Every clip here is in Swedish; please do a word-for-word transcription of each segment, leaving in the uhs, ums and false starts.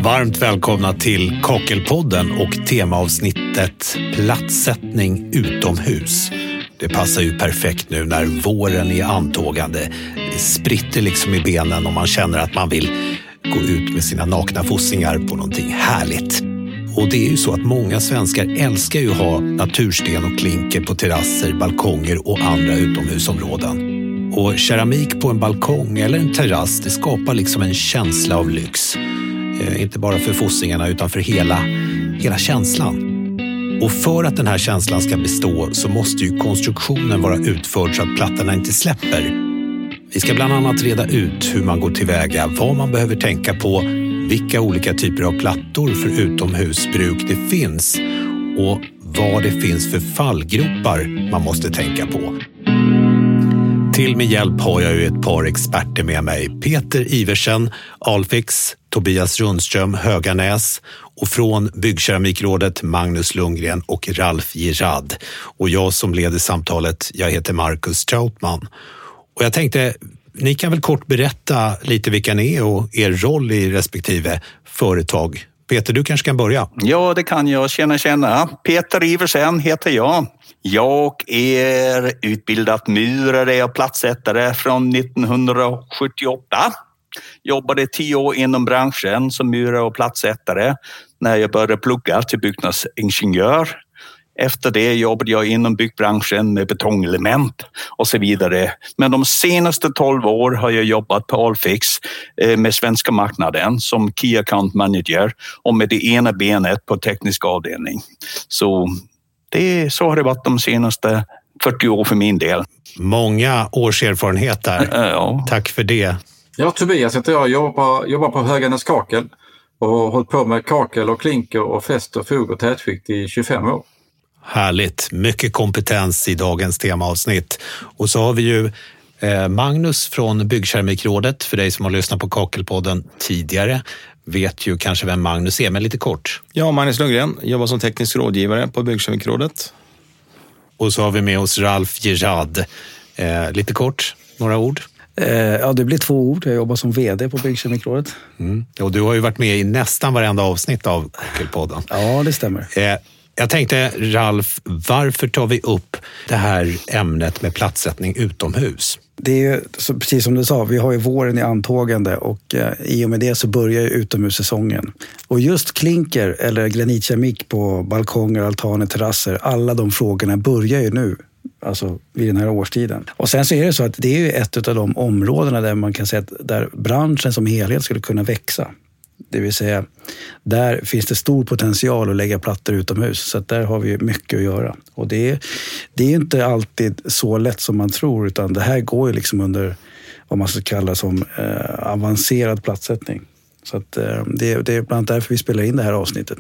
Varmt välkomna till Kakelpodden och temaavsnittet Platssättning utomhus. Det passar ju perfekt nu när våren är antågande. Det spritter liksom i benen och man känner att man vill gå ut med sina nakna fossingar på någonting härligt. Och det är ju så att många svenskar älskar ju att ha natursten och klinker på terrasser, balkonger och andra utomhusområden. Och keramik på en balkong eller en terrass, det skapar liksom en känsla av lyx. Eh, inte bara för fossingarna utan för hela, hela känslan. Och för att den här känslan ska bestå så måste ju konstruktionen vara utförd så att plattorna inte släpper. Vi ska bland annat reda ut hur man går tillväga, vad man behöver tänka på, vilka olika typer av plattor för utomhusbruk det finns och vad det finns för fallgropar man måste tänka på. Till min hjälp har jag ju ett par experter med mig. Peter Iversen, Alfix, Tobias Rundström, Höganäs och från Byggkeramikrådet Magnus Lundgren och Ralf Girard. Och jag som leder samtalet, jag heter Marcus Trautman. Och jag tänkte, ni kan väl kort berätta lite vilka ni är och er roll i respektive företag. Peter, du kanske kan börja? Ja, det kan jag. Tjena, tjena. Peter Iversen heter jag. Jag är utbildad murare och plattsättare från nittonhundrasjuttioåtta. Jobbade tio år inom branschen som murare och plattsättare när jag började plugga till byggnadsingenjör. Efter det jobbade jag inom byggbranschen med betongelement och så vidare. Men de senaste tolv år har jag jobbat på Alfix med svenska marknaden som Key Account Manager och med det ena benet på teknisk avdelning. Så, det, så har det varit de senaste fyrtio år för min del. Många års erfarenhet där. Ja. Tack för det. Ja, Tobias heter jag. Jobbar på, jobbar på Höganäs Kakel och har hållit på med kakel och klinker och fäst och fog och tätskikt i tjugofem år. Härligt, mycket kompetens i dagens temaavsnitt. Och så har vi ju eh, Magnus från Byggkeramikrådet. För dig som har lyssnat på Kakelpodden tidigare vet ju kanske vem Magnus är, men lite kort. Ja, Magnus Lundgren, jobbar som teknisk rådgivare på Byggkeramikrådet. Och så har vi med oss Ralf Girard. Eh, lite kort, några ord. Eh, ja, det blir två ord. Jag jobbar som vd på Byggkeramikrådet. Mm. Och du har ju varit med i nästan varenda avsnitt av Kakelpodden. Ja, det stämmer. Eh, Jag tänkte, Ralf, varför tar vi upp det här ämnet med platssättning utomhus? Det är ju, så, precis som du sa, vi har ju våren i antågande och eh, i och med det så börjar ju utomhussäsongen. Och just klinker eller granitkeramik på balkonger, altaner, terrasser, alla de frågorna börjar ju nu. Alltså vid den här årstiden. Och sen så är det så att det är ju ett av de områdena där man kan säga att där branschen som helhet skulle kunna växa. Det vill säga, där finns det stor potential att lägga plattor utomhus. Så att där har vi mycket att göra. Och det är, det är inte alltid så lätt som man tror. Utan det här går ju liksom under vad man ska kalla som eh, avancerad platssättning. Så att, eh, det, det är bland annat därför vi spelar in det här avsnittet.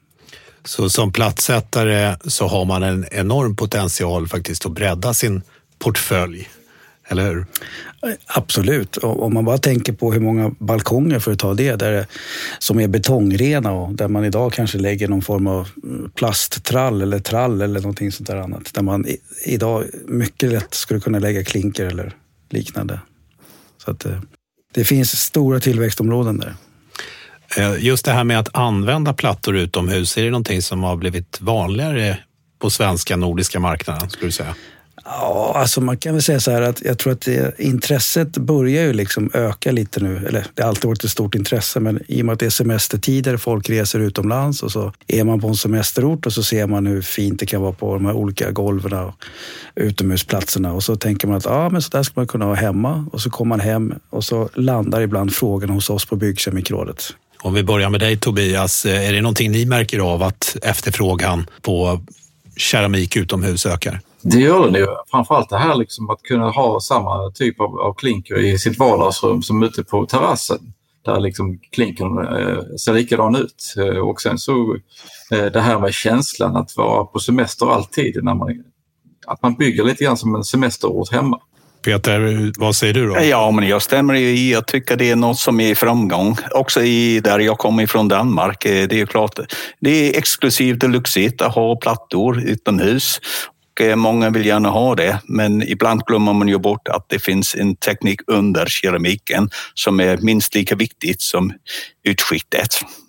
Så som platssättare så har man en enorm potential faktiskt att bredda sin portfölj. Eller hur? Absolut. Och om man bara tänker på hur många balkonger för att ta det där som är betongrena och där man idag kanske lägger någon form av plasttrall eller trall eller någonting sånt där annat. Där man idag mycket lätt skulle kunna lägga klinker eller liknande. Så att det finns stora tillväxtområden där. Just det här med att använda plattor utomhus, är det någonting som har blivit vanligare på svenska nordiska marknaden, skulle du säga? Ja, alltså man kan väl säga så här att jag tror att det, intresset börjar ju liksom öka lite nu. Eller det har alltid varit ett stort intresse, men i och med att det är semestertider, folk reser utomlands och så är man på en semesterort och så ser man hur fint det kan vara på de här olika golven och utomhusplatserna. Och så tänker man att ja, men så där ska man kunna ha hemma. Och så kommer man hem och så landar ibland frågan hos oss på Byggkeramikrådet. Om vi börjar med dig, Tobias, är det någonting ni märker av att efterfrågan på keramik utomhus ökar? Det gör det ju. Framförallt det här liksom att kunna ha samma typ av, av klinker i sitt vardagsrum som ute på terrassen. Där liksom klinkern eh, ser likadan ut. Eh, och sen så eh, det här med känslan att vara på semester alltid. När man, att man bygger lite grann som en semesterort hemma. Peter, vad säger du då? Ja, men jag stämmer ju i. Jag tycker det är något som är i framgång. Också i där jag kommer ifrån Danmark. Det är ju klart, det är exklusivt och lyxigt att ha plattor utomhus. Och många vill gärna ha det, men ibland glömmer man ju bort att det finns en teknik under keramiken som är minst lika viktigt som utskiktet.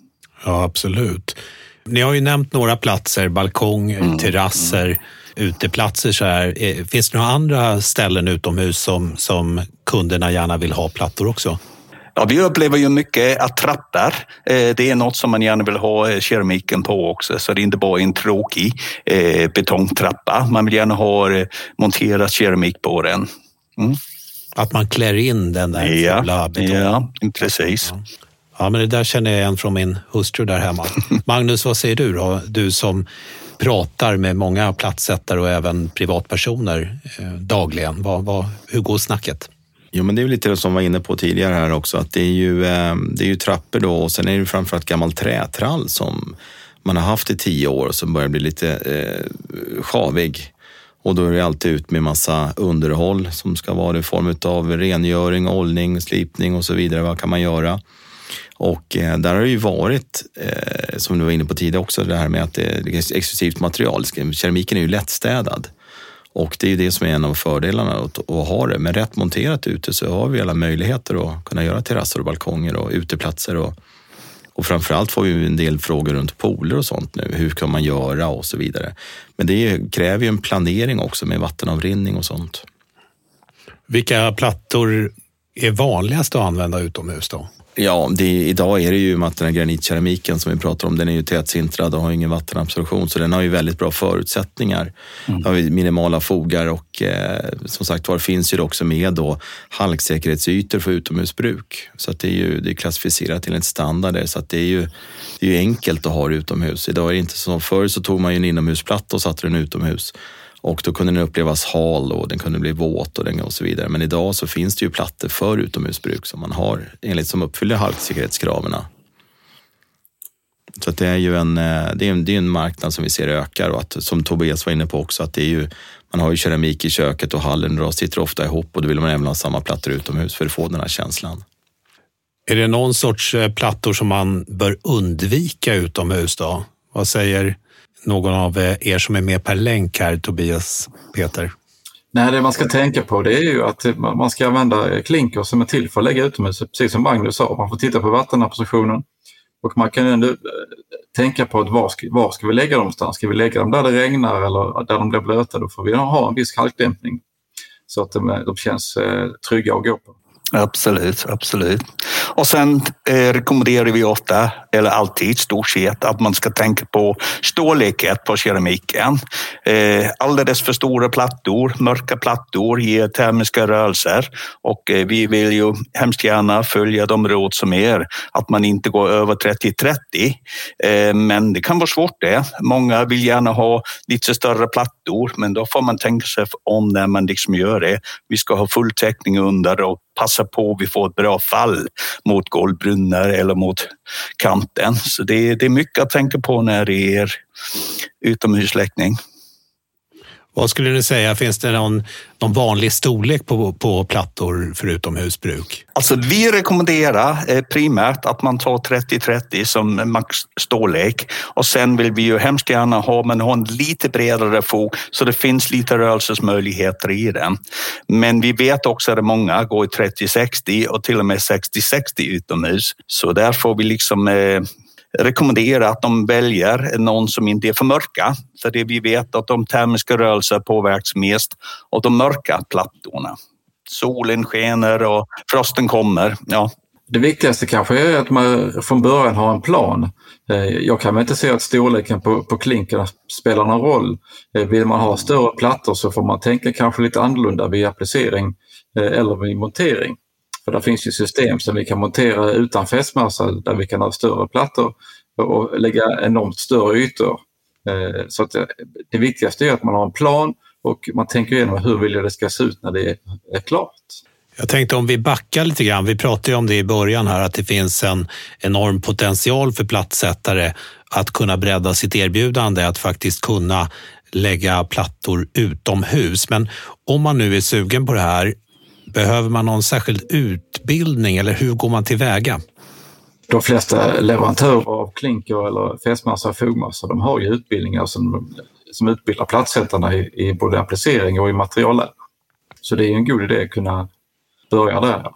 Ja, absolut. Ni har ju nämnt några platser, balkonger, mm. terrasser, mm. uteplatser så här. Finns det några andra ställen utomhus som, som kunderna gärna vill ha plattor också? Ja, vi upplever ju mycket att trappar, det är något som man gärna vill ha keramiken på också. Så det är inte bara en tråkig eh, betongtrappa. Man vill gärna ha eh, monterat keramik på den. Mm. Att man klär in den där ja, fulla betongen. Ja, precis. Ja. ja, men det där känner jag igen från min hustru där hemma. Magnus, vad säger du då? Du som pratar med många platssättare och även privatpersoner eh, dagligen. Vad, vad, hur går snacket? Jo, men det är ju lite det som var inne på tidigare här också, att det är ju, eh, det är ju trappor då, och sen är det framförallt gammal trätrall som man har haft i tio år och som börjar bli lite eh, sjavig. Och då är det alltid ut med massa underhåll som ska vara i form av rengöring, oljning, slipning och så vidare. Vad kan man göra? Och eh, där har det ju varit, eh, som du var inne på tidigare också, det här med att det är exklusivt material. Keramiken är ju lättstädad. Och det är ju det som är en av fördelarna att, att ha det. Men rätt monterat ute så har vi alla möjligheter att kunna göra terrasser och balkonger och uteplatser. Och, och framförallt får vi en del frågor runt pooler och sånt nu. Hur kan man göra och så vidare. Men det kräver ju en planering också med vattenavrinning och sånt. Vilka plattor är vanligast att använda utomhus då? Ja, det, idag är det ju med att den här granitkeramiken som vi pratar om, den är ju tätsintrad och har ingen vattenabsorption, så den har ju väldigt bra förutsättningar. Mm. Då har vi minimala fogar och eh, som sagt var finns ju också med då halksäkerhetsytor för utomhusbruk. Så att det är ju det är klassificerat till en standard, så att det är ju, det är ju enkelt att ha det utomhus. Idag är det inte som förr, så tog man ju en inomhusplatta och satte den utomhus. Och då kunde den upplevas hal och den kunde bli våt och, den och så vidare. Men idag så finns det ju plattor för utomhusbruk som man har enligt som uppfyller halksäkerhetskraven. Så att det är ju en, det är en, det är en marknad som vi ser ökar, och att, som Tobias var inne på också, att det är ju, man har ju keramik i köket och hallen och sitter ofta ihop, och då vill man även ha samma plattor utomhus för att få den här känslan. Är det någon sorts plattor som man bör undvika utomhus då? Vad säger någon av er som är med per länk här, Tobias, Peter? Nej, det man ska tänka på det är ju att man ska använda klinker som är till för att lägga utomhus, precis som Magnus sa. Man får titta på vattenabsorptionen, och man kan ändå tänka på att var ska, var ska vi lägga dem någonstans? Ska vi lägga dem där det regnar eller där de blir blöta? Då får vi ha en viss halkdämpning så att de, de känns eh, trygga att gå på. Absolut, absolut. Och sen eh, rekommenderar vi ofta, eller alltid stort sett, att man ska tänka på storleken på keramiken. Eh, alldeles för stora plattor, mörka plattor ger termiska rörelser, och eh, vi vill ju hemskt gärna följa de råd som är, att man inte går över trettio trettio. Eh, men det kan vara svårt det. Många vill gärna ha lite större plattor, men då får man tänka sig om när man liksom gör det. Vi ska ha full täckning under och passa på att vi får ett bra fall mot golvbrunnar eller mot kanten. Så det, det är mycket att tänka på när det är utomhusläggning. Vad skulle du säga, finns det någon, någon vanlig storlek på, på plattor för utomhusbruk? Alltså vi rekommenderar eh, primärt att man tar trettio trettio som max storlek, och sen vill vi ju hemskt gärna ha, men ha en lite bredare fog så det finns lite rörelsesmöjligheter i den. Men vi vet också att många går i trettio sextio och till och med sextio sextio utomhus, så där får vi liksom eh, rekommendera att de väljer någon som inte är för mörka. För det vi vet att de termiska rörelser påverkas mest av de mörka plattorna. Solen skener och frosten kommer. Ja. Det viktigaste kanske är att man från början har en plan. Jag kan inte se att storleken på, på klinkerna spelar någon roll. Vill man ha större plattor så får man tänka kanske lite annorlunda vid applicering eller vid montering. För det finns ju system som vi kan montera utan fästmassa där vi kan ha större plattor och lägga enormt större ytor. Så att det viktigaste är att man har en plan och man tänker igenom hur vill jag det ska se ut när det är klart. Jag tänkte om vi backar lite grann, vi pratade ju om det i början här, att det finns en enorm potential för plattsättare att kunna bredda sitt erbjudande, att faktiskt kunna lägga plattor utomhus. Men om man nu är sugen på det här, behöver man någon särskild utbildning eller hur går man tillväga? De flesta leverantörer av klinker eller fästmassa och fogmassa, de har ju utbildningar som, som utbildar plattsättarna i, i både applicering och i material. Så det är ju en god idé att kunna börja där i alla fall.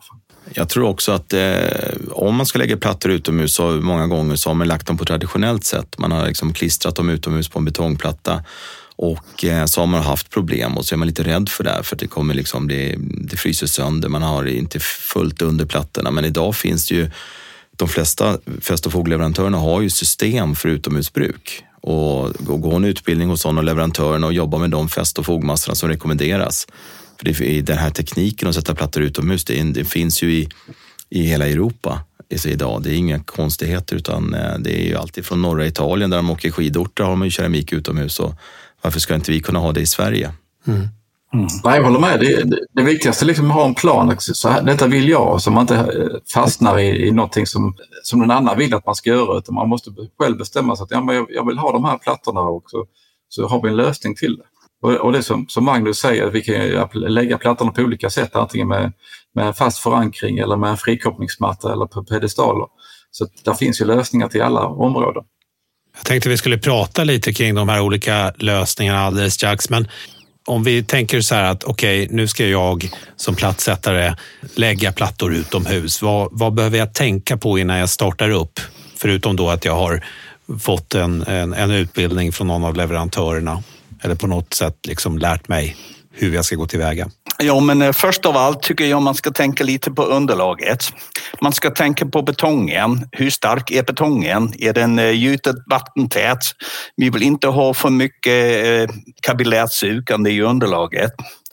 Jag tror också att eh, om man ska lägga plattor utomhus så många gånger så har man lagt dem på traditionellt sätt. Man har liksom klistrat dem utomhus på en betongplatta och eh, så har man haft problem och så är man lite rädd för det för att det kommer liksom, det, det fryser sönder. Man har inte fullt under plattorna, men idag finns det ju, de flesta fäst- och fogleverantörerna har ju system för utomhusbruk. Och gå en utbildning hos sådana leverantörerna och jobba med de fäst- och fogmassorna som rekommenderas. För det är den här tekniken att sätta plattor utomhus, det, är, det finns ju i, i hela Europa idag. Det är inga konstigheter, utan det är ju alltid från norra Italien där de åker skidorter har man ju keramik utomhus. Och varför ska inte vi kunna ha det i Sverige? Mm. Mm. Nej, jag håller med. Det, det, det viktigaste är liksom att ha en plan. Så här, detta vill jag, så man inte fastnar i, i någonting som, som någon annan vill att man ska göra. Utan man måste själv bestämma sig att ja, men jag, jag vill ha de här plattorna också. Så har vi en lösning till det. Och, och det som, som Magnus säger, att vi kan lägga plattorna på olika sätt. Antingen med, med en fast förankring eller med en frikopplingsmatta eller på pedestaler. Så där finns ju lösningar till alla områden. Jag tänkte vi skulle prata lite kring de här olika lösningarna alldeles strax, men om vi tänker så här att okej, okay, nu ska jag som plattsättare lägga plattor utomhus. Vad, vad behöver jag tänka på innan jag startar upp? Förutom då att jag har fått en, en, en utbildning från någon av leverantörerna eller på något sätt liksom lärt mig hur jag ska gå tillväga. Ja, men först av allt tycker jag man ska tänka lite på underlaget. Man ska tänka på betongen. Hur stark är betongen? Är den gjutet vattentät? Vi vill inte ha för mycket kapillärsugande i underlaget.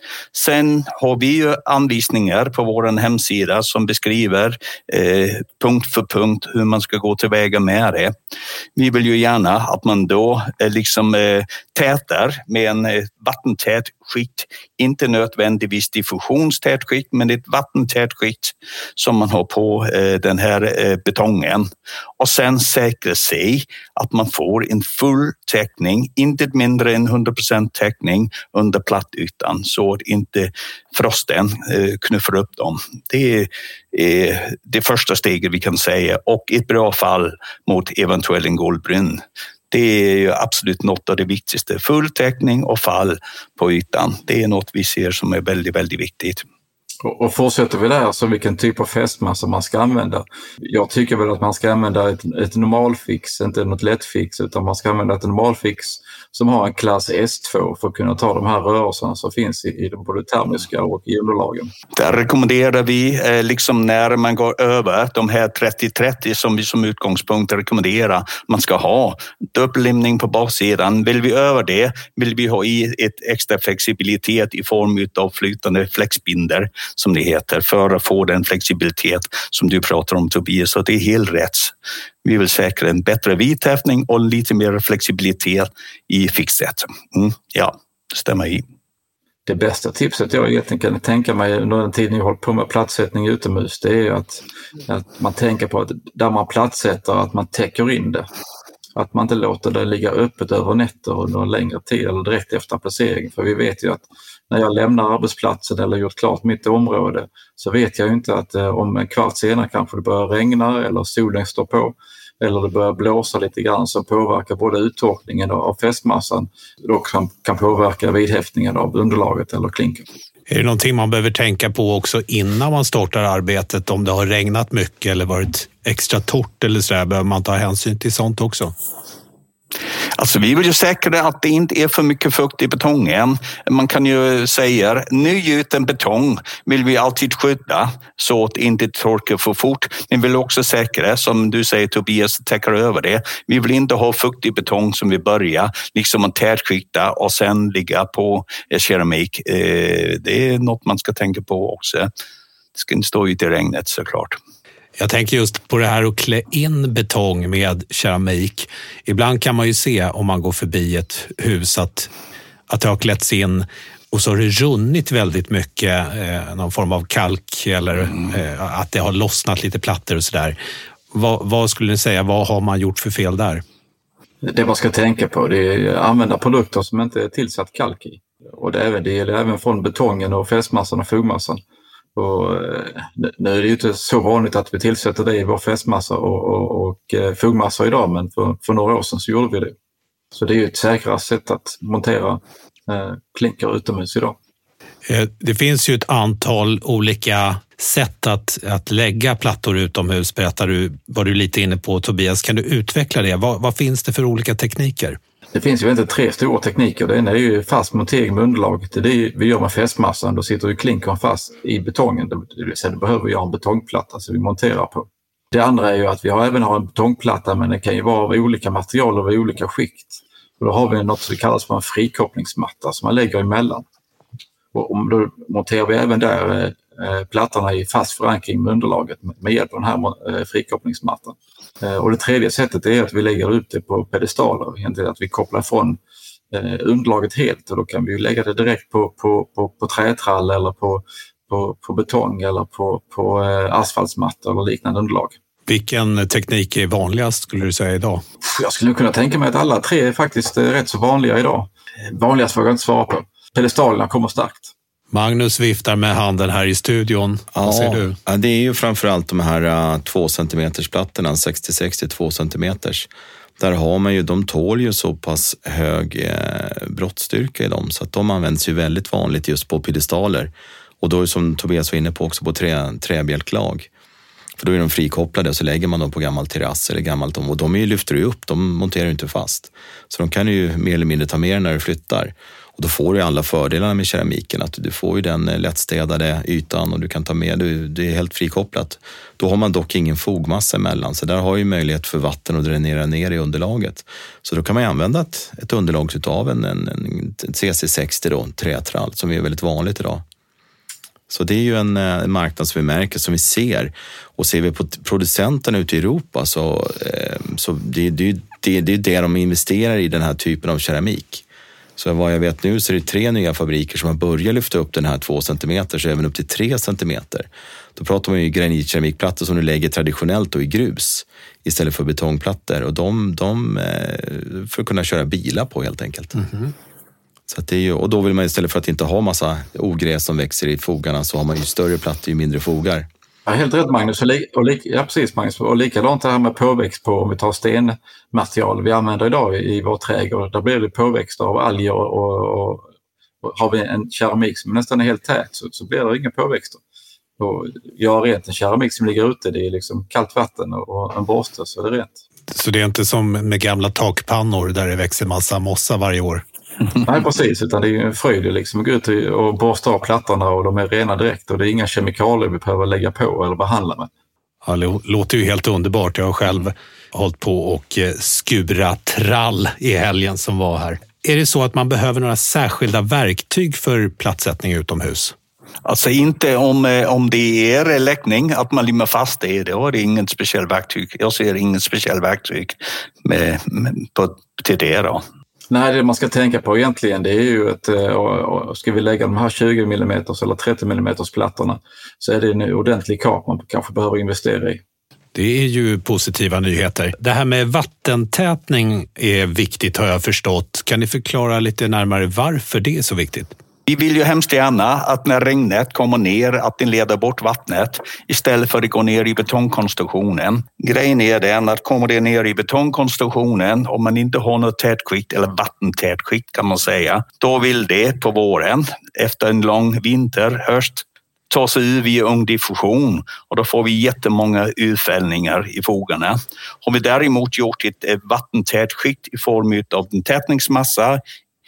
Sen har vi ju anvisningar på vår hemsida som beskriver eh, punkt för punkt hur man ska gå tillväga med det. Vi vill ju gärna att man då eh, liksom eh, tätar med en eh, vattentät skikt, inte nödvändigtvis diffusionstät skikt, men ett vattentät skikt som man har på eh, den här eh, betongen. Och sen säkra sig att man får en full täckning, inte mindre än hundra procent täckning under plattytan så att inte frosten eh, knuffar upp dem. Det är eh, det första steget vi kan säga, och ett bra fall mot eventuell en golvbrunn. Det är ju absolut något av det viktigaste. Full täckning och fall på ytan. Det är något vi ser som är väldigt, väldigt viktigt. Och, och fortsätter vi där, så vilken typ av fästmassa man ska använda. Jag tycker väl att man ska använda ett, ett normalfix, inte något lättfix, utan man ska använda ett normalfix som har en klass S två för att kunna ta de här rörelserna som finns i, i de både termiska och i underlagen. Där rekommenderar vi, eh, liksom när man går över de här trettio trettio som vi som utgångspunkt rekommenderar, man ska ha dubbellimning på baksidan. Vill vi över det, vill vi ha i ett extra flexibilitet i form av flytande flexbinder som det heter, för att få den flexibilitet som du pratar om, Tobias. Så det är helt rätt. Vi vill säkra en bättre vidhäftning och lite mer flexibilitet i fixet. Mm, ja, det stämmer i. Det bästa tipset jag egentligen kan tänka mig under den tiden jag håller på med platssättning utomhus, det är att, att man tänker på att där man platssätter, att man täcker in det. Att man inte låter det ligga öppet över nätter under en längre tid eller direkt efter placering. För vi vet ju att när jag lämnar arbetsplatsen eller gjort klart mitt område, så vet jag ju inte att eh, om en kvart senare kanske det börjar regna eller solen står på eller det börjar blåsa lite grann, som påverkar både uttorkningen av fästmassan och kan, kan påverka vidhäftningen av underlaget eller klinker. Är det någonting man behöver tänka på också innan man startar arbetet, om det har regnat mycket eller varit extra torrt eller så där, behöver man ta hänsyn till sånt också? Alltså vi vill ju säkra att det inte är för mycket fukt i betongen. Man kan ju säga nygjuten betong vill vi alltid skydda så att det inte torkar för fort. Men vi vill också säkra, som du säger Tobias, täcker över det. Vi vill inte ha fuktig betong som vi börjar liksom en tätskikta och sen ligga på keramik. Det är något man ska tänka på också. Det ska inte stå ute i regnet såklart. Jag tänker just på det här att klä in betong med keramik. Ibland kan man ju se om man går förbi ett hus att, att det har klätts in och så har det runnit väldigt mycket, eh, någon form av kalk eller eh, att det har lossnat lite plattor och sådär. Vad, vad skulle ni säga, vad har man gjort för fel där? Det man ska tänka på, det är att använda produkter som inte är tillsatt kalk i. Och det, även, det gäller även från betongen och fästmassan och fogmassan. Och nu är det ju inte så vanligt att vi tillsätter det i vår fästmassa och, och, och fogmassa idag, men för, för några år sedan så gjorde vi det. Så det är ju ett säkrare sätt att montera eh, klinker utomhus idag. Det finns ju ett antal olika sätt att, att lägga plattor utomhus, berättar du, var du lite inne på, Tobias. Kan du utveckla det? Vad, vad finns det för olika tekniker? Det finns ju inte tre stora tekniker. Det ena är ju fast montering med underlaget. Det är det vi gör med fästmassan. Då sitter ju klinkern fast i betongen. Det vill säga, det behöver vi ha en betongplatta som vi monterar på. Det andra är ju att vi har även har en betongplatta, men det kan ju vara av olika material och av olika skikt. Och då har vi något som kallas för en frikopplingsmatta som man lägger emellan. Och då monterar vi även där eh, plattorna i fast förankring med underlaget med, med hjälp av den här eh, frikopplingsmattan. Eh, och det tredje sättet är att vi lägger ut det på pedestaler, egentligen att vi kopplar från eh, underlaget helt, och då kan vi lägga det direkt på, på, på, på trätrall eller på, på, på betong eller på, på eh, asfaltsmatta eller liknande underlag. Vilken teknik är vanligast skulle du säga idag? Jag skulle kunna tänka mig att alla tre är faktiskt rätt så vanliga idag. Vanligast vågar jag inte svara på. Pedestalerna kommer starkt. Magnus viftar med handen här i studion. Ja, vad säger du? Ja, det är ju framförallt de här uh, två centimeters plattorna, sextio sextio två centimeters. Där har man ju, de tål ju så pass hög eh, brottstyrka i dem, så att de används ju väldigt vanligt just på pedestaler. Och då som Tobias var inne på också på trä, träbjälklag. För då är de frikopplade, så lägger man dem på gammal terrass eller gammalt, och de är ju, lyfter ju upp, de monterar ju inte fast. Så de kan ju mer eller mindre ta med när du flyttar. Och då får du alla fördelarna med keramiken, att du får ju den lättstädade ytan och du kan ta med, det är helt frikopplat. Då har man dock ingen fogmassa emellan, så där har ju möjlighet för vatten att dränera ner i underlaget. Så då kan man ju använda ett, ett underlag utav en, en, en C C sextio då, trätrall, som är väldigt vanligt idag. Så det är ju en, en marknad som vi märker, som vi ser. Och ser vi på producenterna ute i Europa, så, eh, så det, det, det, det är det de investerar i, den här typen av keramik. Så vad jag vet nu så är det tre nya fabriker som har börjat lyfta upp den här två centimeter, så även upp till tre centimeter. Då pratar man ju granitkeramikplattor som du lägger traditionellt då i grus istället för betongplattor. Och de, de eh, för att kunna köra bilar på helt enkelt. Mm-hmm. Så att det är ju, och då vill man istället för att inte ha massa ogräs som växer i fogarna, så har man ju större plattor, ju mindre fogar. Ja, helt rätt Magnus. Och li- och li- ja, precis Magnus. Och likadant det här med påväxt på, om vi tar stenmaterial vi använder idag i, i vår trädgård. Där blir det påväxt av alger, och, och, och, och har vi en keramik som nästan är helt tät, så, så blir det inga påväxter. Och gör rent en keramik som ligger ute, det är liksom kallt vatten och, och en borste, så är det rent. Så det är inte som med gamla takpannor där det växer massa mossa varje år? Nej, precis, utan det är ju en fröjd liksom att gå ut och borsta av plattorna, och de är rena direkt, och det är inga kemikalier vi behöver lägga på eller behandla med. Ja, det låter ju helt underbart. Jag har själv hållit på och skura trall i helgen som var här. Är det så att man behöver några särskilda verktyg för plattsättning utomhus? Alltså inte om, om det är läckning, att man limmar fast det, då är det inget speciellt verktyg. Jag ser inget speciellt verktyg med, med, på, till det då. Nej, det man ska tänka på egentligen, det är ju att ska vi lägga de här tjugo millimeter eller trettio millimeter plattorna, så är det en ordentlig kap man kanske behöver investera i. Det är ju positiva nyheter. Det här med vattentätning är viktigt, har jag förstått. Kan ni förklara lite närmare varför det är så viktigt? Vi vill ju hemskt gärna att när regnet kommer ner, att den leder bort vattnet istället för att det går ner i betongkonstruktionen. Grejen är den att kommer det ner i betongkonstruktionen, om man inte har något tätskikt eller vattentätskikt kan man säga, då vill det på våren efter en lång vinter, höst, ta sig ur via ungdiffusion, och då får vi jättemånga urfällningar i fogarna. Har vi däremot gjort ett vattentätskikt i form av en tätningsmassa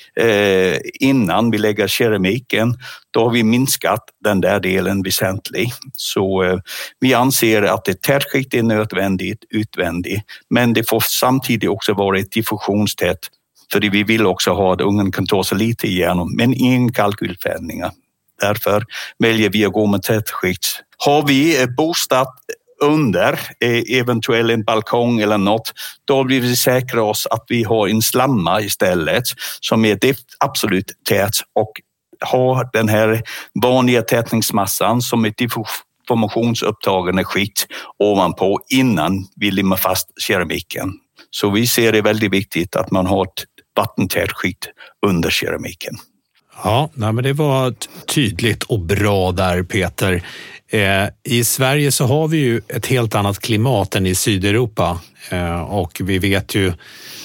Eh, innan vi lägger keramiken, då har vi minskat den där delen väsentligt. Så eh, vi anser att ett tätskikt är nödvändigt utvändigt, men det får samtidigt också vara ett diffusionstätt, för vi vill också ha att ungen kan ta sig lite igenom, men ingen kalkylfällningar. Därför väljer vi att gå med tätskikt. Har vi eh, bostad under eh, eventuellt en balkong eller något, då vill vi säkra oss att vi har en slamma istället som är det absolut tät, och ha den här vanliga tätningsmassan som ett diffusionsupptagande skikt ovanpå innan vi limmar fast keramiken. Så vi ser det väldigt viktigt att man har ett vattentätt skikt under keramiken. Ja, nej, men det var tydligt och bra där, Peter. Eh, I Sverige så har vi ju ett helt annat klimat än i Sydeuropa, eh, och vi vet ju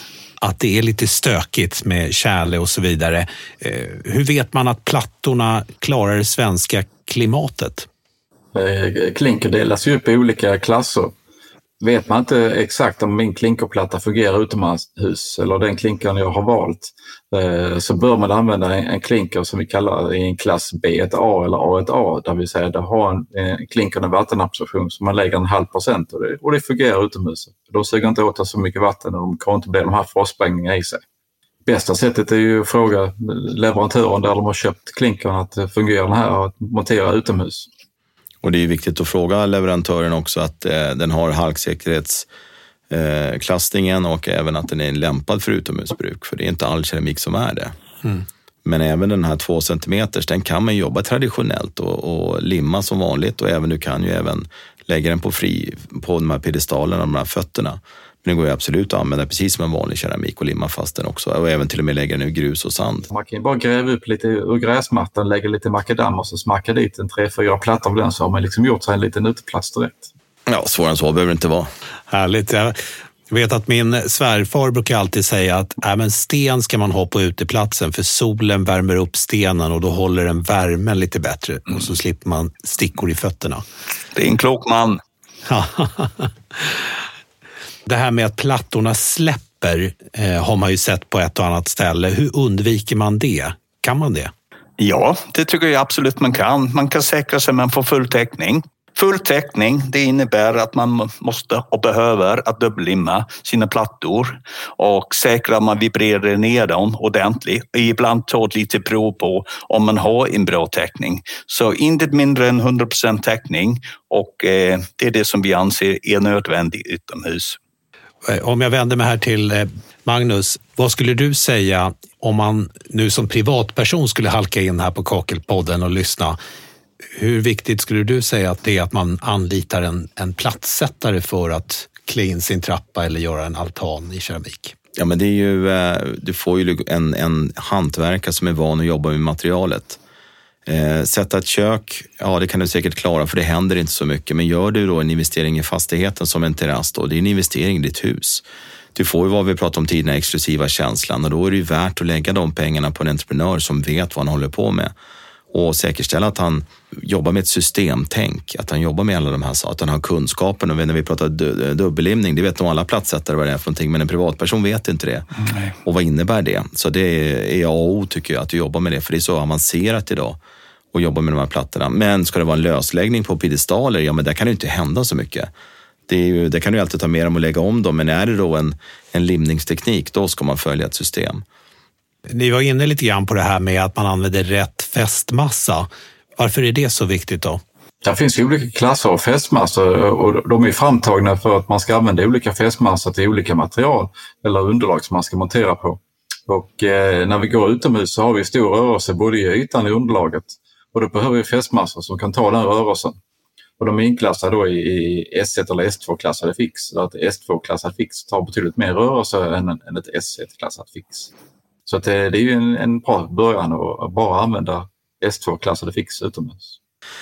att det är lite stökigt med tjäle och så vidare. Hur vet man att plattorna klarar det svenska klimatet? Klinker delas ju upp i olika klasser. Vet man inte exakt om min klinkerplatta fungerar utomhus eller den klinkern jag har valt, så bör man använda en klinker som vi kallar i en klass B ett A eller A ett A, där vi säger att det har en, en klinker en vattenabsorption som man lägger en halv procent och det, och det fungerar utomhus. De suger inte åt så mycket vatten och de kan inte bli de här frostsprängningarna i sig. Bästa sättet är ju att fråga leverantören där de har köpt klinkern att fungera den här att montera utomhus. Och det är viktigt att fråga leverantören också att eh, den har halksäkerhetsklassningen eh, och även att den är lämpad för utomhusbruk. För det är inte all keramik som är det. Mm. Men även den här två centimeters, den kan man jobba traditionellt och, och limma som vanligt. Och även du kan ju även lägga den på, fri, på de här pedestalerna, de här fötterna. Men det går ju absolut att använda precis som en vanlig keramik och limma fast den också. Och även till och med lägga den i grus och sand. Man kan ju bara gräva upp lite ur gräsmattan, lägga lite makadam och så smacka dit en tre, fyra plattor av den, så har man liksom gjort sig en liten uteplats direkt. Ja, svårare än så behöver det inte vara. Härligt. Jag vet att min svärfar brukar alltid säga att äh, men sten ska man ha på uteplatsen för solen värmer upp stenen och då håller den värmen lite bättre och så slipper man stickor i fötterna. Det är en klok man. Det här med att plattorna släpper eh, har man ju sett på ett och annat ställe. Hur undviker man det? Kan man det? Ja, det tycker jag absolut man kan. Man kan säkra sig man får full täckning. Full täckning, det innebär att man måste och behöver att dubbellimma sina plattor och säkra att man vibrerar ner dem ordentligt. Och ibland ta ett lite prov på om man har en bra täckning. Så inte mindre än hundra procent täckning och eh, det är det som vi anser är nödvändigt utomhus. Om jag vänder mig här till Magnus, vad skulle du säga om man nu som privatperson skulle halka in här på Kakelpodden och lyssna? Hur viktigt skulle du säga att det är att man anlitar en, en plattsättare för att klä in sin trappa eller göra en altan i keramik? Ja, men det är ju, du får ju en, en hantverkare som är van att jobba med materialet. Eh, sätta ett kök, ja det kan du säkert klara för det händer inte så mycket. Men gör du då en investering i fastigheten som en terrass då, det är en investering i ditt hus. Du får ju vad vi pratade om tidigare, exklusiva känslan och då är det ju värt att lägga de pengarna på en entreprenör som vet vad han håller på med. Och säkerställa att han jobbar med ett systemtänk, att han jobbar med alla de här sakerna, att han har kunskapen. Och när vi pratar dubbellimning, det vet nog alla platssättare vad det är för någonting, men en privatperson vet inte det. Mm. Och vad innebär det? Så det är A och O tycker jag, att du jobbar med det, för det är så avancerat idag och jobba med de här plattorna. Men ska det vara en lösläggning på pedestaler, ja men där kan det inte hända så mycket. Det, är ju, det kan du alltid ta med dem och lägga om dem, men är det då en, en limningsteknik, då ska man följa ett system. Ni var inne lite grann på det här med att man använder rätt fästmassa. Varför är det så viktigt då? Det finns ju olika klasser av fästmassor och de är framtagna för att man ska använda olika fästmassor till olika material eller underlag som man ska montera på. Och eh, när vi går utomhus så har vi stor rörelse både i ytan och i underlaget. Och då behöver vi fästmassor som kan ta den rörelsen. Och de är inklassade då i, i S ett eller S två-klassade fix. Där ett S två-klassat fix tar betydligt mer rörelse än, än ett S ett-klassat fix. Så att det, det är ju en, en bra början att bara använda S två-klassade fix utomhus.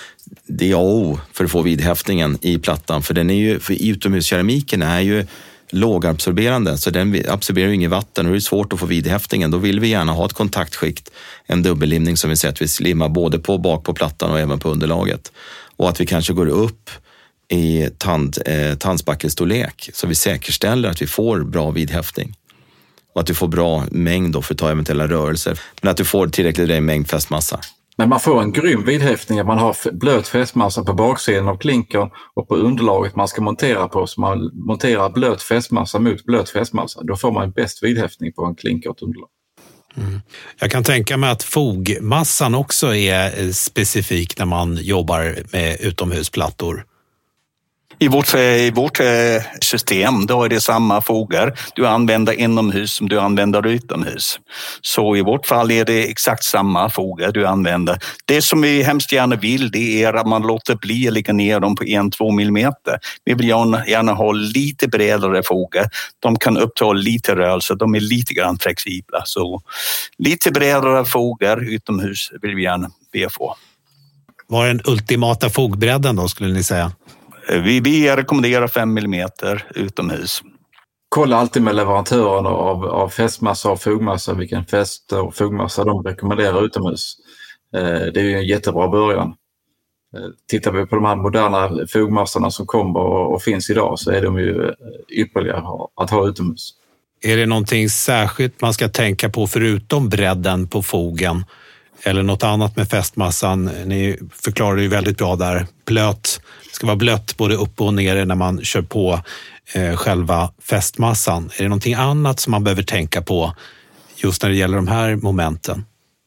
Det är A och O för att få vidhäftningen i plattan. För den är ju, för utomhuskeramiken är ju lågabsorberande, så den absorberar ju inget vatten och det är svårt att få vidhäftningen. Då vill vi gärna ha ett kontaktskikt, en dubbellimning som vi säger att vi slimmar både på bak på plattan och även på underlaget. Och att vi kanske går upp i tand, eh, tandspackelstorlek så vi säkerställer att vi får bra vidhäftning. Och att du får bra mängd då för att ta eventuella rörelser. Men att du får tillräckligt mängd fästmassa. Men man får en grym vidhäftning att man har blöt fästmassa på baksidan av klinkern och på underlaget man ska montera på. Så man monterar blöt fästmassa mot blöt fästmassa. Då får man bäst vidhäftning på en klinker och ett underlag. Mm. Jag kan tänka mig att fogmassan också är specifik när man jobbar med utomhusplattor. I vårt, I vårt system då är det samma fogar du använder inomhus som du använder utomhus. Så i vårt fall är det exakt samma fogar du använder. Det som vi hemskt gärna vill, det är att man låter bli att lägga ner dem på en till två millimeter. Vi vill gärna, gärna ha lite bredare fogar. De kan uppta lite rörelse, de är lite grann flexibla. Så lite bredare fogar utomhus vill vi gärna be få. Vad är den ultimata fogbredden då skulle ni säga? Vi, vi rekommenderar fem millimeter utomhus. kolla alltid med leverantörerna av, av fästmassa och fogmassa, vilken fäst och fogmassa de rekommenderar utomhus. Det är ju en jättebra början. Tittar vi på de här moderna fogmassorna som kommer och, och finns idag, så är de ju ypperliga att ha utomhus. Är det någonting särskilt man ska tänka på förutom bredden på fogen? Eller något annat med fästmassan? Ni förklarar ju väldigt bra där. Blöt, det ska vara blött både upp och ner när man kör på eh, själva fästmassan. Är det någonting annat som man behöver tänka på just när det gäller de här momenten?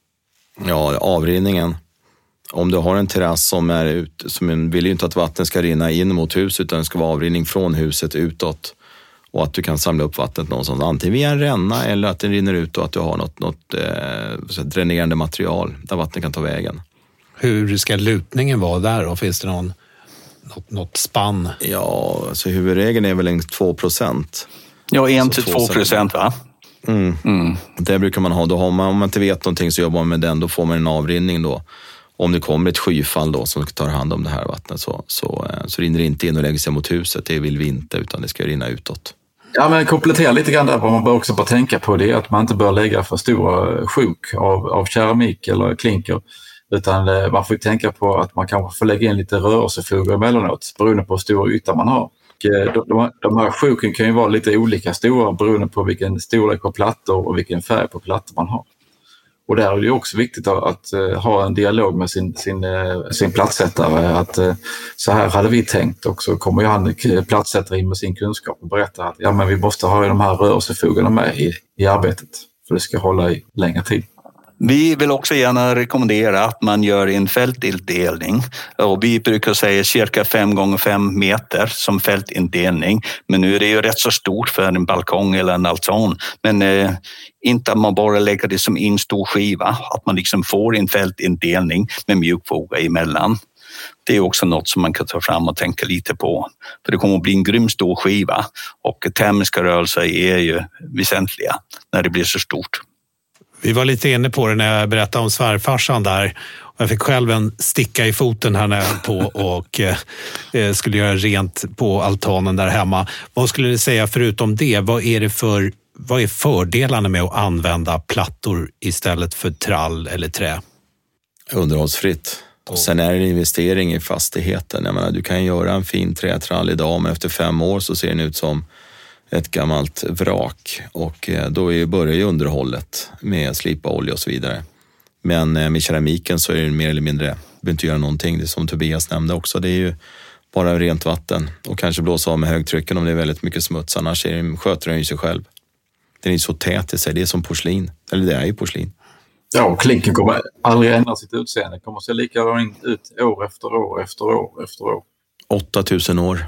Ja, avrinningen. Om du har en terrass som är ut, som vill ju inte att vatten ska rinna in mot huset, utan det ska vara avrinning från huset utåt. Och att du kan samla upp vattnet någonstans, antingen via en ränna eller att den rinner ut och att du har något, något eh, dränerande material där vattnet kan ta vägen. Hur ska lutningen vara där då? Finns det någon, något, något spann? Ja, alltså huvudregeln är väl en två procent. Ja, en till två procent va? Mm. Mm. Det brukar man ha. Då har man, om man inte vet någonting så jobbar man med den, då får man en avrinning då. Om det kommer ett skyfall då som tar hand om det här vattnet så, så, så rinner det inte in och lägger sig mot huset. Det vill vi inte, utan det ska rinna utåt. Ja, men komplettera lite grann där. Vad man bör också bara tänka på det är att man inte bör lägga för stora sjok av, av keramik eller klinker. Utan man får tänka på att man kanske får lägga in lite rörelsefogor emellanåt beroende på hur stor yta man har. Och de, de här sjoken kan ju vara lite olika stora beroende på vilken storlek på plattor och vilken färg på plattor man har. Och där är det också viktigt att, att uh, ha en dialog med sin, sin, uh, sin platssättare. Att uh, så här hade vi tänkt, och så kommer ju han platssättare in med sin kunskap och berättar att ja, men vi måste ha de här rörelsefogarna med i, i arbetet för det ska hålla i längre tid. Vi vill också gärna rekommendera att man gör en fältindelning, och vi brukar säga cirka fem gånger fem meter som fältindelning, men nu är det ju rätt så stort för en balkong eller en altan, men eh, inte att man bara lägger det som en stor skiva, att man liksom får en fältindelning med mjukfoga emellan. Det är också något som man kan ta fram och tänka lite på, för det kommer att bli en grym stor skiva, och termiska rörelser är ju väsentliga när det blir så stort. Vi var lite inne på det när jag berättade om svärfarsan där. Jag fick själv en sticka i foten här när jag på och eh, skulle göra rent på altanen där hemma. Vad skulle du säga förutom det? Vad är det för, vad är fördelarna med att använda plattor istället för trall eller trä? Underhållsfritt. Och sen är det en investering i fastigheten. Jag menar, du kan göra en fin trätrall idag, men efter fem år så ser den ut som ett gammalt vrak, och då börjar ju underhållet med slipa olja och så vidare. Men med keramiken så är det mer eller mindre, du behöver inte göra någonting. Det är som Tobias nämnde också, det är ju bara rent vatten och kanske blåsa av med högtrycken om det är väldigt mycket smuts, annars är det, sköter den ju sig själv. Den är så tät i sig, det är som porslin, eller det är ju porslin. Ja, och klinken kommer aldrig ändra sitt utseende, kommer se likadant ut år efter år efter år efter år. åtta tusen år.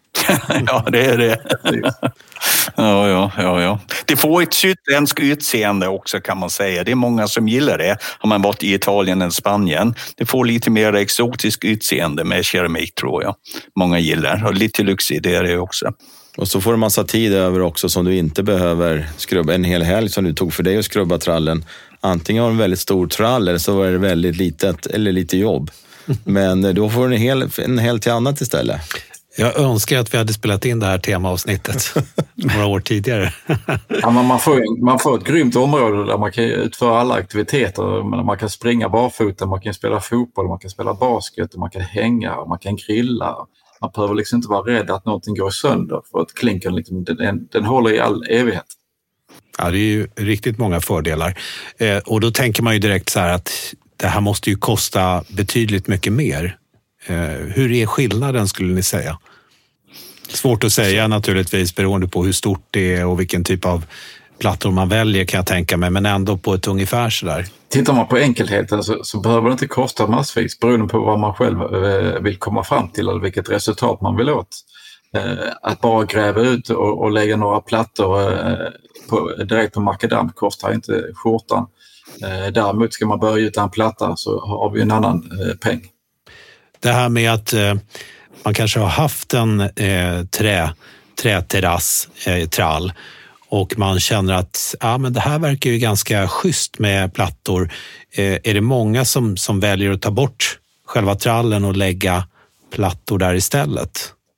Ja, det är det. Ja, ja, ja, ja. Det får ett sydsvenskt utseende också, kan man säga. Det är många som gillar det. Har man varit i Italien eller Spanien. Det får lite mer exotisk utseende med keramik, tror jag. Många gillar. Och lite lyxigt, det är det också. Och så får du massa tid över också som du inte behöver skrubba. En hel helg som du tog för dig att skrubba trallen. Antingen har du en väldigt stor trall eller så är det väldigt litet eller lite jobb. Men då får du en hel, en hel till annat istället. Jag önskar att vi hade spelat in det här temaavsnittet några år tidigare. Ja, men man, får, man får ett grymt område där man kan utföra alla aktiviteter. Man kan springa barfota, man kan spela fotboll, man kan spela basket, man kan hänga, man kan grilla. Man behöver liksom inte vara rädd att någonting går sönder, för att klinken liksom, den, den håller i all evighet. Ja, det är ju riktigt många fördelar. Eh, och då tänker man ju direkt så här att det här måste ju kosta betydligt mycket mer. Eh, hur är skillnaden, skulle ni säga? Svårt att säga naturligtvis beroende på hur stort det är och vilken typ av plattor man väljer, kan jag tänka mig, men ändå på ett ungefär sådär. Tittar man på enkelheten så, så behöver det inte kosta massvis beroende på vad man själv eh, vill komma fram till eller vilket resultat man vill åt. Eh, att bara gräva ut och, och lägga några plattor eh, på, direkt på makadam kostar inte skjortan. Eh, däremot ska man börja ut en platta så har vi en annan eh, peng. Det här med att eh, man kanske har haft en eh, trä, träterrass, eh, trall, och man känner att ja, men det här verkar ju ganska schysst med plattor. Eh, är det många som, som väljer att ta bort själva trallen och lägga plattor där istället?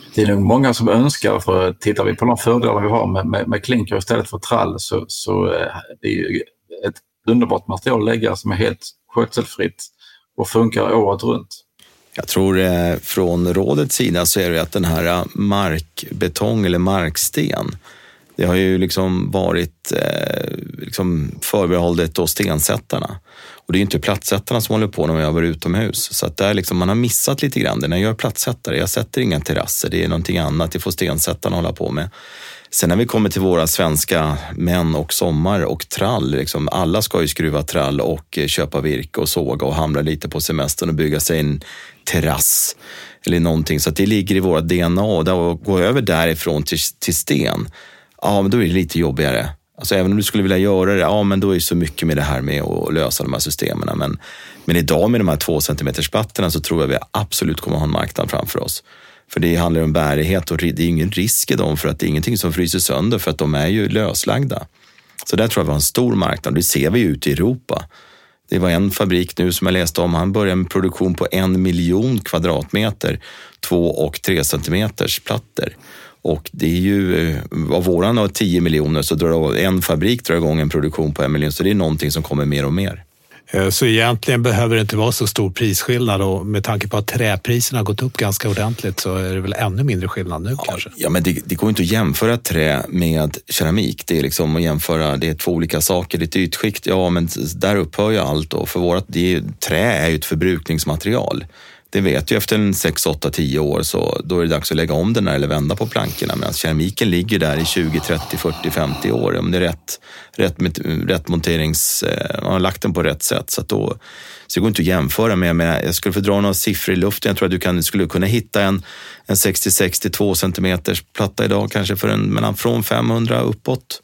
Det är nog många som önskar, för tittar vi på de fördelar vi har med, med, med klinker istället för trall, så, så det är ju ett underbart material att lägga som är helt skötselfritt och funkar året runt. Jag tror eh, från rådets sida så är det att den här markbetong eller marksten, det har ju liksom varit eh, liksom förbehållet då stensättarna. Och det är ju inte plattsättarna som håller på när man jobbar utomhus. Så att där liksom man har missat lite grann. När jag gör plattsättare, jag sätter inga terrasser. Det är någonting annat, det får stensättarna hålla på med. Sen när vi kommer till våra svenska män och sommar och trall, liksom, alla ska ju skruva trall och köpa virke och såga och hamra lite på semestern och bygga sig en terrass eller någonting. Så att det ligger i våra D N A, och gå över därifrån till, till sten. Ja, men då är det lite jobbigare. Alltså även om du skulle vilja göra det, ja men då är det så mycket med det här med att lösa de här systemen. Men, men idag med de här två centimeters plattorna så tror jag vi absolut kommer att ha en marknad framför oss. För det handlar om bärighet och det är ingen risk i dem, för att det är ingenting som fryser sönder, för att de är ju löslagda. Så där tror jag vi har en stor marknad. Det ser vi ju ute i Europa. Det var en fabrik nu som jag läste om, han började med produktion på en miljon kvadratmeter, två och tre centimeters plattor. Och det är ju, av våran har tio miljoner, så drar en fabrik drar igång en produktion på en miljon, så det är någonting som kommer mer och mer. Så egentligen behöver det inte vara så stor prisskillnad, och med tanke på att träpriserna har gått upp ganska ordentligt så är det väl ännu mindre skillnad nu ja, kanske? Ja, men det, det går inte att jämföra trä med keramik. Det är liksom att jämföra, det är två olika saker. Det är ett ytskikt, ja men där upphör ju allt. Och för vårat, det är, trä är ju ett förbrukningsmaterial. Det vet ju efter en sex, åtta, tio år, så då är det dags att lägga om den här eller vända på plankorna. Medan keramiken ligger där i tjugo, trettio, fyrtio, femtio år. Om det är rätt, rätt, rätt monterings, man har lagt den på rätt sätt. Så, att då, så det går inte att jämföra med, med jag skulle få dra några siffror i luften. Jag tror att du kan, skulle kunna hitta en, en sextio sextiotvå centimeters platta idag kanske för en, mellan från femhundra uppåt.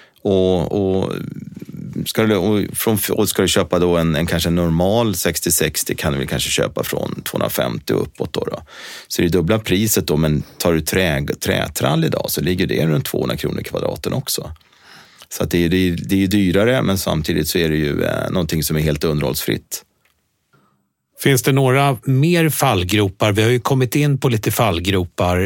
Och, och, ska du, och, från, och ska du köpa då en, en kanske normal sextio sextio kan du väl kanske köpa från tvåhundrafemtio uppåt då, då. Så det är dubbla priset då, men tar du trä, trätrall idag så ligger det runt tvåhundra kronor kvadraten också. Så att det, det, det är dyrare, men samtidigt så är det ju eh, någonting som är helt underhållsfritt. Finns det några mer fallgropar? Vi har ju kommit in på lite fallgropar.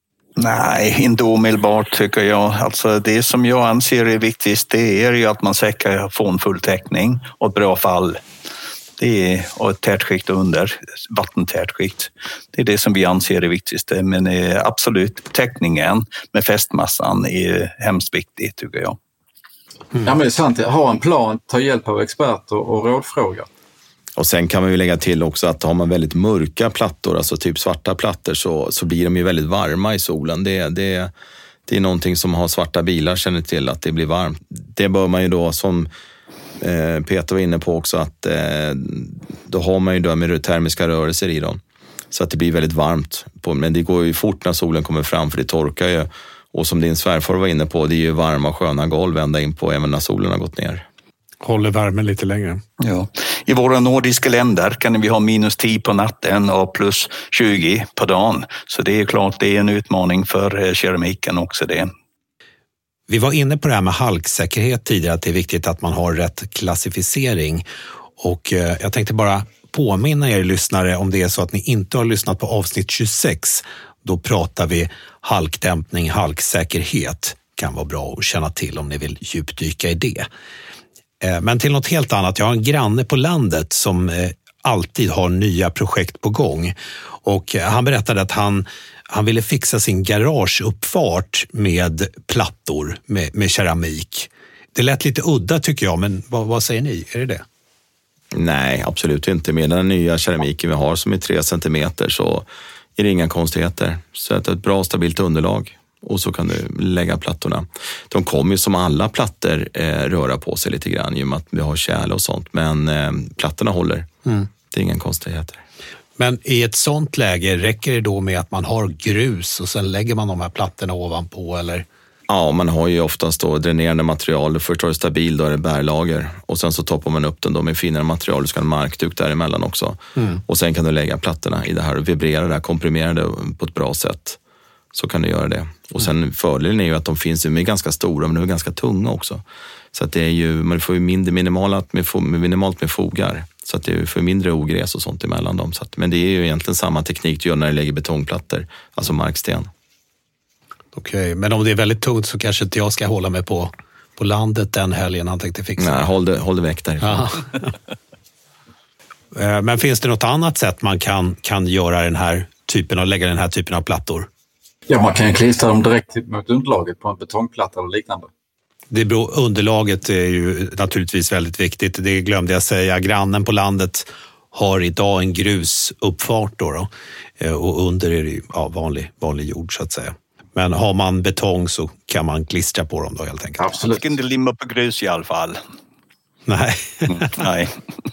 Nej, inte omedelbart tycker jag. Alltså det som jag anser är viktigast, det är ju att man säkert får en full täckning och ett bra fall. Det är, och ett tätskikt under, vattentätskikt. Det är det som vi anser är viktigaste. Men absolut, täckningen med fästmassan är hemskt viktigt tycker jag. Mm. Ja, men det är sant. Ha en plan, ta hjälp av experter och rådfråga. Och sen kan man ju lägga till också att har man väldigt mörka plattor, alltså typ svarta plattor, så, så blir de ju väldigt varma i solen. Det, det, det är någonting som har svarta bilar känner till, att det blir varmt. Det bör man ju då, som eh, Peter var inne på också, att eh, då har man ju då med termiska rörelser i dem. Så att det blir väldigt varmt. På, men det går ju fort när solen kommer fram, för det torkar ju. Och som din svärfar var inne på, det är ju varma sköna golv ända in på även när solen har gått ner. Håller värmen lite längre. Ja. I våra nordiska länder kan vi ha minus tio på natten och plus tjugo på dagen. Så det är klart, det är en utmaning för keramiken också det. Vi var inne på det här med halksäkerhet tidigare, att det är viktigt att man har rätt klassificering. Och jag tänkte bara påminna er lyssnare, om det är så att ni inte har lyssnat på avsnitt tjugosex, då pratar vi halkdämpning, halksäkerhet. Kan vara bra att känna till om ni vill djupdyka i det. Men till något helt annat. Jag har en granne på landet som alltid har nya projekt på gång. Och han berättade att han, han ville fixa sin garageuppfart med plattor, med, med keramik. Det lät lite udda tycker jag, men vad, vad säger ni? Är det det? Nej, absolut inte. Med den nya keramiken vi har som är tre centimeter så är det inga konstigheter. Så att ett bra stabilt underlag. Och så kan du lägga plattorna. De kommer ju som alla plattor eh, röra på sig lite grann i och med att vi har kärl och sånt. Men eh, plattorna håller. Mm. Det är ingen konstigheter. Men i ett sånt läge räcker det då med att man har grus och sen lägger man de här plattorna ovanpå eller? Ja, man har ju oftast då dränerande material. Först har du stabil, då är det bärlager. Och sen så toppar man upp den då med finare material. Du ska ha en markduk däremellan också. Mm. Och sen kan du lägga plattorna i det här och vibrera det här, komprimera det på ett bra sätt. Så kan du göra det. Och sen fördelen är ju att de finns, de är ganska stora men de är ganska tunga också. Så att det är ju, man får ju mindre minimalt med, minimalt med fogar. Så att det får mindre ogräs och sånt emellan dem. Så att, men det är ju egentligen samma teknik du gör när du lägger betongplattor, alltså marksten. Okej, men om det är väldigt tungt så kanske inte jag ska hålla mig på, på landet den helgen han tänkte fixa. Nej, håll det, håll det väck därifrån. Men finns det något annat sätt man kan, kan göra den här typen av, lägga den här typen av plattor? Ja, man kan klistra dem direkt mot underlaget på en betongplatta eller liknande. Det beror, underlaget är ju naturligtvis väldigt viktigt. Det glömde jag säga. Grannen på landet har idag en grusuppfart då, då. Och under är det ja, vanlig, vanlig jord så att säga. Men har man betong så kan man klistra på dem då helt enkelt. Absolut. Man ska inte limma på grus i alla fall. Nej. Mm, nej.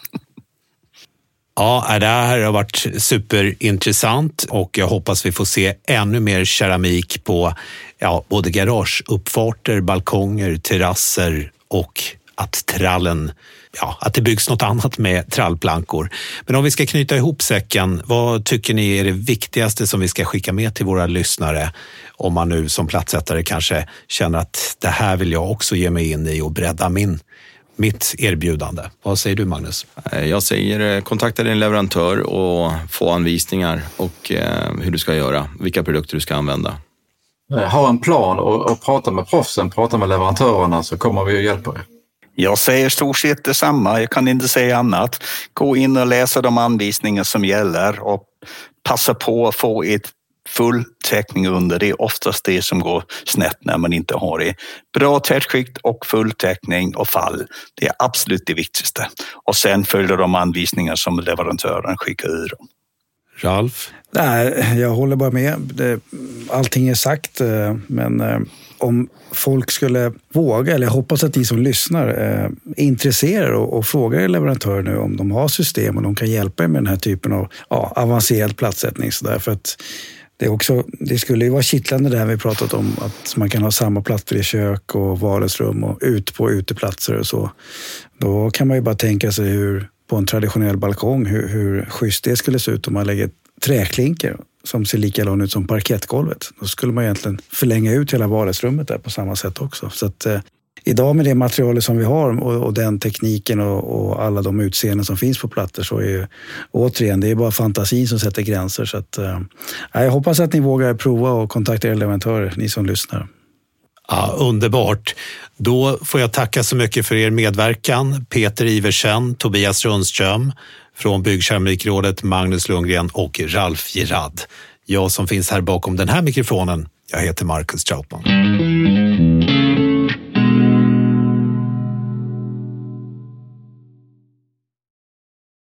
Ja, det här har varit superintressant och jag hoppas vi får se ännu mer keramik på ja, både garageuppfarter, balkonger, terrasser och att trallen, ja, att det byggs något annat med trallplankor. Men om vi ska knyta ihop säcken, vad tycker ni är det viktigaste som vi ska skicka med till våra lyssnare? Om man nu som plattsättare kanske känner att det här vill jag också ge mig in i och bredda min mitt erbjudande. Vad säger du, Magnus? Jag säger kontakta din leverantör och få anvisningar och eh, hur du ska göra, vilka produkter du ska använda. Ha en plan och, och prata med proffsen, prata med leverantörerna så kommer vi att hjälpa er. Jag säger stort sett detsamma, jag kan inte säga annat. Gå in och läsa de anvisningar som gäller och passa på att få ett full täckning under. Det är oftast det som går snett när man inte har det. Bra tätskikt och full täckning och fall. Det är absolut det viktigaste. Och sen följer de anvisningar som leverantören skickar ur. Ralf? Nej, jag håller bara med. Allting är sagt, men om folk skulle våga, eller jag hoppas att ni som lyssnar är intresserade och, och frågar leverantörer nu om de har system och de kan hjälpa er med den här typen av ja, avancerad plattsättning. Så där, för att det, är också, det skulle ju vara kittlande det här vi pratat om, att man kan ha samma plattor i kök och vardagsrum och ut på uteplatser och så. Då kan man ju bara tänka sig hur på en traditionell balkong, hur, hur schysst det skulle se ut om man lägger träklinker som ser likadan ut som parkettgolvet. Då skulle man egentligen förlänga ut hela vardagsrummet där på samma sätt också. Så att eh, idag med det materialet som vi har och, och den tekniken och, och alla de utseenden som finns på plattor så är ju återigen, det är bara fantasin som sätter gränser. Så att, eh, jag hoppas att ni vågar prova och kontakta er leverantörer, ni som lyssnar. Ja, underbart. Då får jag tacka så mycket för er medverkan. Peter Iversen, Tobias Rundström från Byggkeramikrådet, Magnus Lundgren och Ralf Gerard. Jag som finns här bakom den här mikrofonen, jag heter Marcus Trautman.